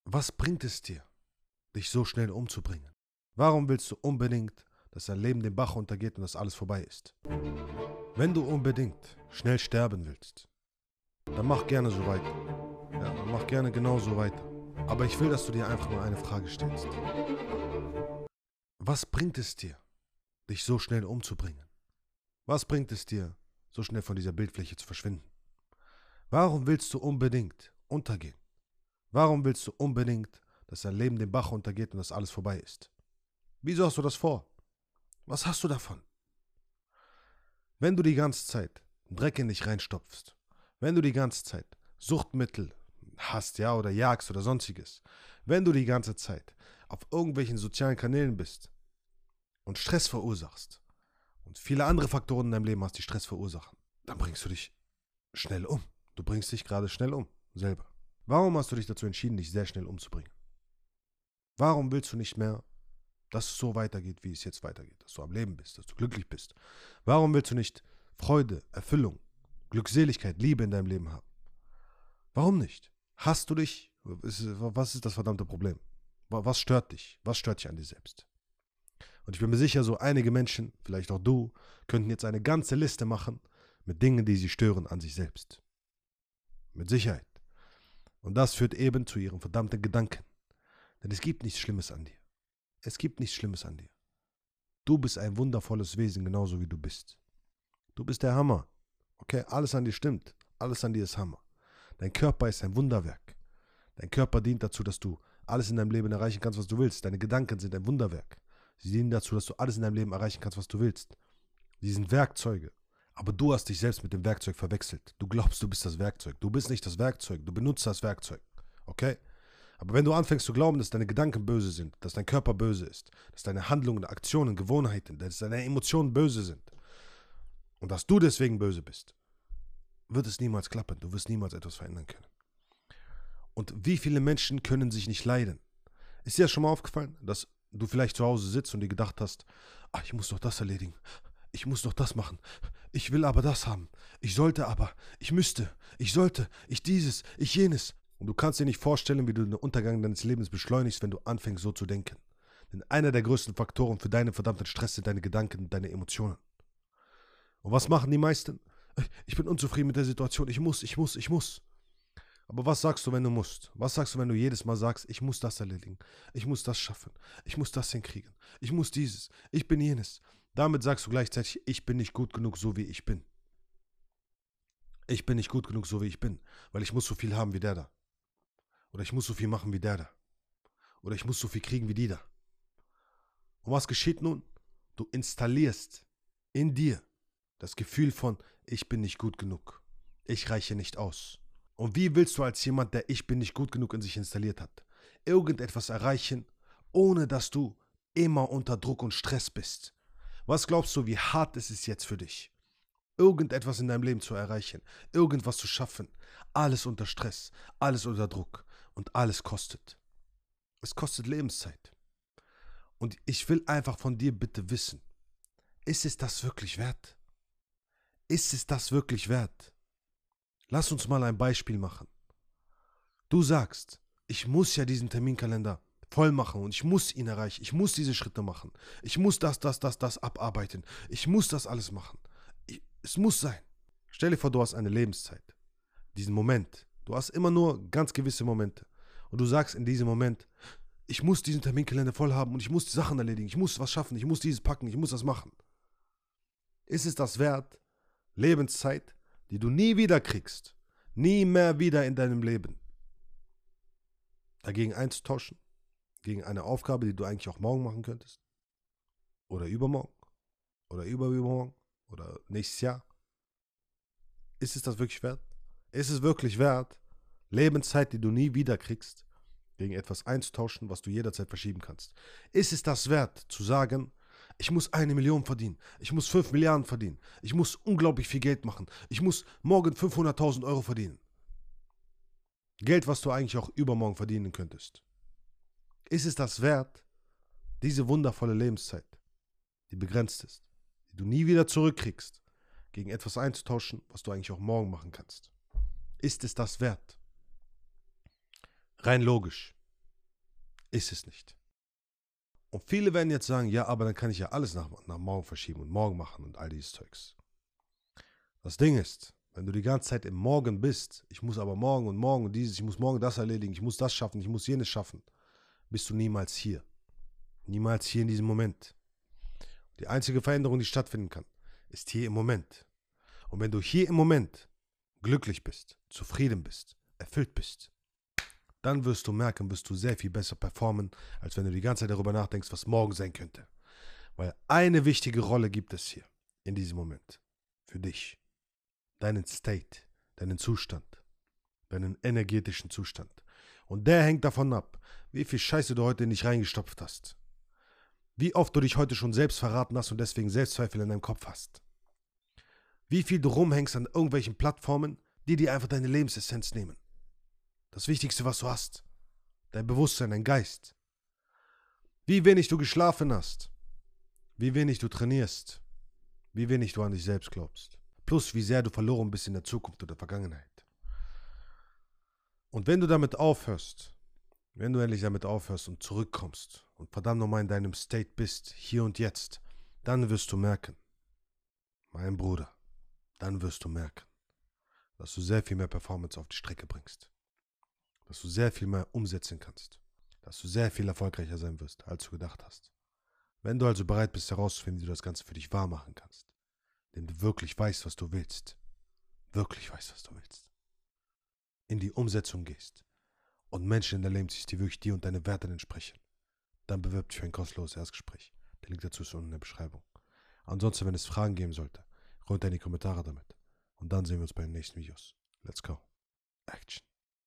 Was bringt es dir, dich so schnell umzubringen? Warum willst du unbedingt, dass dein Leben den Bach runtergeht und dass alles vorbei ist? Wenn du unbedingt schnell sterben willst, dann mach gerne so weiter. Ja, dann mach gerne genauso weiter. Aber ich will, dass du dir einfach nur eine Frage stellst. Was bringt es dir, dich so schnell umzubringen? Was bringt es dir, so schnell von dieser Bildfläche zu verschwinden? Warum willst du unbedingt untergehen? Warum willst du unbedingt, dass dein Leben den Bach runtergeht und dass alles vorbei ist? Wieso hast du das vor? Was hast du davon? Wenn du die ganze Zeit Dreck in dich reinstopfst, wenn du die ganze Zeit Suchtmittel hast, ja, oder jagst oder sonstiges, wenn du die ganze Zeit auf irgendwelchen sozialen Kanälen bist und Stress verursachst und viele andere Faktoren in deinem Leben hast, die Stress verursachen, dann bringst du dich schnell um. Du bringst dich gerade schnell um, selber. Warum hast du dich dazu entschieden, dich sehr schnell umzubringen? Warum willst du nicht mehr, dass es so weitergeht, wie es jetzt weitergeht, dass du am Leben bist, dass du glücklich bist? Warum willst du nicht Freude, Erfüllung, Glückseligkeit, Liebe in deinem Leben haben? Warum nicht? Hast du dich? Was ist das verdammte Problem? Was stört dich? Was stört dich an dir selbst? Und ich bin mir sicher, so einige Menschen, vielleicht auch du, könnten jetzt eine ganze Liste machen mit Dingen, die sie stören an sich selbst. Mit Sicherheit. Und das führt eben zu ihren verdammten Gedanken. Denn es gibt nichts Schlimmes an dir. Es gibt nichts Schlimmes an dir. Du bist ein wundervolles Wesen, genauso wie du bist. Du bist der Hammer. Okay, alles an dir stimmt. Alles an dir ist Hammer. Dein Körper ist ein Wunderwerk. Dein Körper dient dazu, dass du alles in deinem Leben erreichen kannst, was du willst. Deine Gedanken sind ein Wunderwerk. Sie dienen dazu, dass du alles in deinem Leben erreichen kannst, was du willst. Sie sind Werkzeuge. Aber du hast dich selbst mit dem Werkzeug verwechselt. Du glaubst, du bist das Werkzeug. Du bist nicht das Werkzeug. Du benutzt das Werkzeug. Okay? Aber wenn du anfängst zu glauben, dass deine Gedanken böse sind, dass dein Körper böse ist, dass deine Handlungen, Aktionen, Gewohnheiten, dass deine Emotionen böse sind und dass du deswegen böse bist, wird es niemals klappen. Du wirst niemals etwas verändern können. Und wie viele Menschen können sich nicht leiden? Ist dir das schon mal aufgefallen, dass du vielleicht zu Hause sitzt und dir gedacht hast, ich muss doch das erledigen, ich muss doch das machen, ich will aber das haben, ich sollte aber, ich müsste, ich sollte, ich dieses, ich jenes. Und du kannst dir nicht vorstellen, wie du den Untergang deines Lebens beschleunigst, wenn du anfängst so zu denken. Denn einer der größten Faktoren für deinen verdammten Stress sind deine Gedanken und deine Emotionen. Und was machen die meisten? Ich bin unzufrieden mit der Situation, ich muss. Aber was sagst du, wenn du musst? Was sagst du, wenn du jedes Mal sagst, ich muss das erledigen, ich muss das schaffen, ich muss das hinkriegen, ich muss dieses, ich bin jenes. Damit sagst du gleichzeitig, ich bin nicht gut genug, so wie ich bin. Ich bin nicht gut genug, so wie ich bin, weil ich muss so viel haben wie der da. Oder ich muss so viel machen wie der da. Oder ich muss so viel kriegen wie die da. Und was geschieht nun? Du installierst in dir das Gefühl von, ich bin nicht gut genug. Ich reiche nicht aus. Und wie willst du als jemand, der ich bin nicht gut genug in sich installiert hat, irgendetwas erreichen, ohne dass du immer unter Druck und Stress bist? Was glaubst du, wie hart ist es jetzt für dich, irgendetwas in deinem Leben zu erreichen, irgendwas zu schaffen? Alles unter Stress, alles unter Druck und alles kostet. Es kostet Lebenszeit. Und ich will einfach von dir bitte wissen, ist es das wirklich wert? Ist es das wirklich wert? Lass uns mal ein Beispiel machen. Du sagst, ich muss ja diesen Terminkalender voll machen und ich muss ihn erreichen. Ich muss diese Schritte machen. Ich muss das abarbeiten. Ich muss das alles machen. Es muss sein. Stell dir vor, du hast eine Lebenszeit. Diesen Moment. Du hast immer nur ganz gewisse Momente. Und du sagst in diesem Moment, ich muss diesen Terminkalender voll haben und ich muss die Sachen erledigen. Ich muss was schaffen. Ich muss dieses packen. Ich muss das machen. Ist es das wert, Lebenszeit, die du nie wieder kriegst, nie mehr wieder in deinem Leben, dagegen einzutauschen, gegen eine Aufgabe, die du eigentlich auch morgen machen könntest? Oder übermorgen? Oder übermorgen? Oder nächstes Jahr? Ist es das wirklich wert? Ist es wirklich wert, Lebenszeit, die du nie wieder kriegst, gegen etwas einzutauschen, was du jederzeit verschieben kannst? Ist es das wert, zu sagen, ich muss 1 Million verdienen, ich muss 5 Milliarden verdienen, ich muss unglaublich viel Geld machen, ich muss morgen 500.000 Euro verdienen? Geld, was du eigentlich auch übermorgen verdienen könntest. Ist es das wert, diese wundervolle Lebenszeit, die begrenzt ist, die du nie wieder zurückkriegst, gegen etwas einzutauschen, was du eigentlich auch morgen machen kannst? Ist es das wert? Rein logisch. Ist es nicht. Und viele werden jetzt sagen, ja, aber dann kann ich ja alles nach morgen verschieben und morgen machen und all dieses Zeugs. Das Ding ist, wenn du die ganze Zeit im Morgen bist, ich muss aber morgen und dieses, ich muss morgen das erledigen, ich muss das schaffen, ich muss jenes schaffen, bist du niemals hier. Niemals hier in diesem Moment. Die einzige Veränderung, die stattfinden kann, ist hier im Moment. Und wenn du hier im Moment glücklich bist, zufrieden bist, erfüllt bist, dann wirst du merken, wirst du sehr viel besser performen, als wenn du die ganze Zeit darüber nachdenkst, was morgen sein könnte. Weil eine wichtige Rolle gibt es hier, in diesem Moment, für dich. Deinen State, deinen Zustand, deinen energetischen Zustand. Und der hängt davon ab, wie viel Scheiße du heute in dich reingestopft hast. Wie oft du dich heute schon selbst verraten hast und deswegen Selbstzweifel in deinem Kopf hast. Wie viel du rumhängst an irgendwelchen Plattformen, die dir einfach deine Lebensessenz nehmen. Das Wichtigste, was du hast. Dein Bewusstsein, dein Geist. Wie wenig du geschlafen hast. Wie wenig du trainierst. Wie wenig du an dich selbst glaubst. Plus wie sehr du verloren bist in der Zukunft oder Vergangenheit. Und wenn du damit aufhörst, wenn du endlich damit aufhörst und zurückkommst und verdammt nochmal in deinem State bist, hier und jetzt, dann wirst du merken, mein Bruder, dann wirst du merken, dass du sehr viel mehr Performance auf die Strecke bringst. Dass du sehr viel mehr umsetzen kannst. Dass du sehr viel erfolgreicher sein wirst, als du gedacht hast. Wenn du also bereit bist herauszufinden, wie du das Ganze für dich wahr machen kannst, indem du wirklich weißt, was du willst, wirklich weißt, was du willst, in die Umsetzung gehst und Menschen in dein Leben ziehst, die wirklich dir und deine Werte entsprechen, dann bewirb dich für ein kostenloses Erstgespräch. Der Link dazu ist unten in der Beschreibung. Ansonsten, wenn es Fragen geben sollte, runter in die Kommentare damit. Und dann sehen wir uns bei den nächsten Videos. Let's go. Action.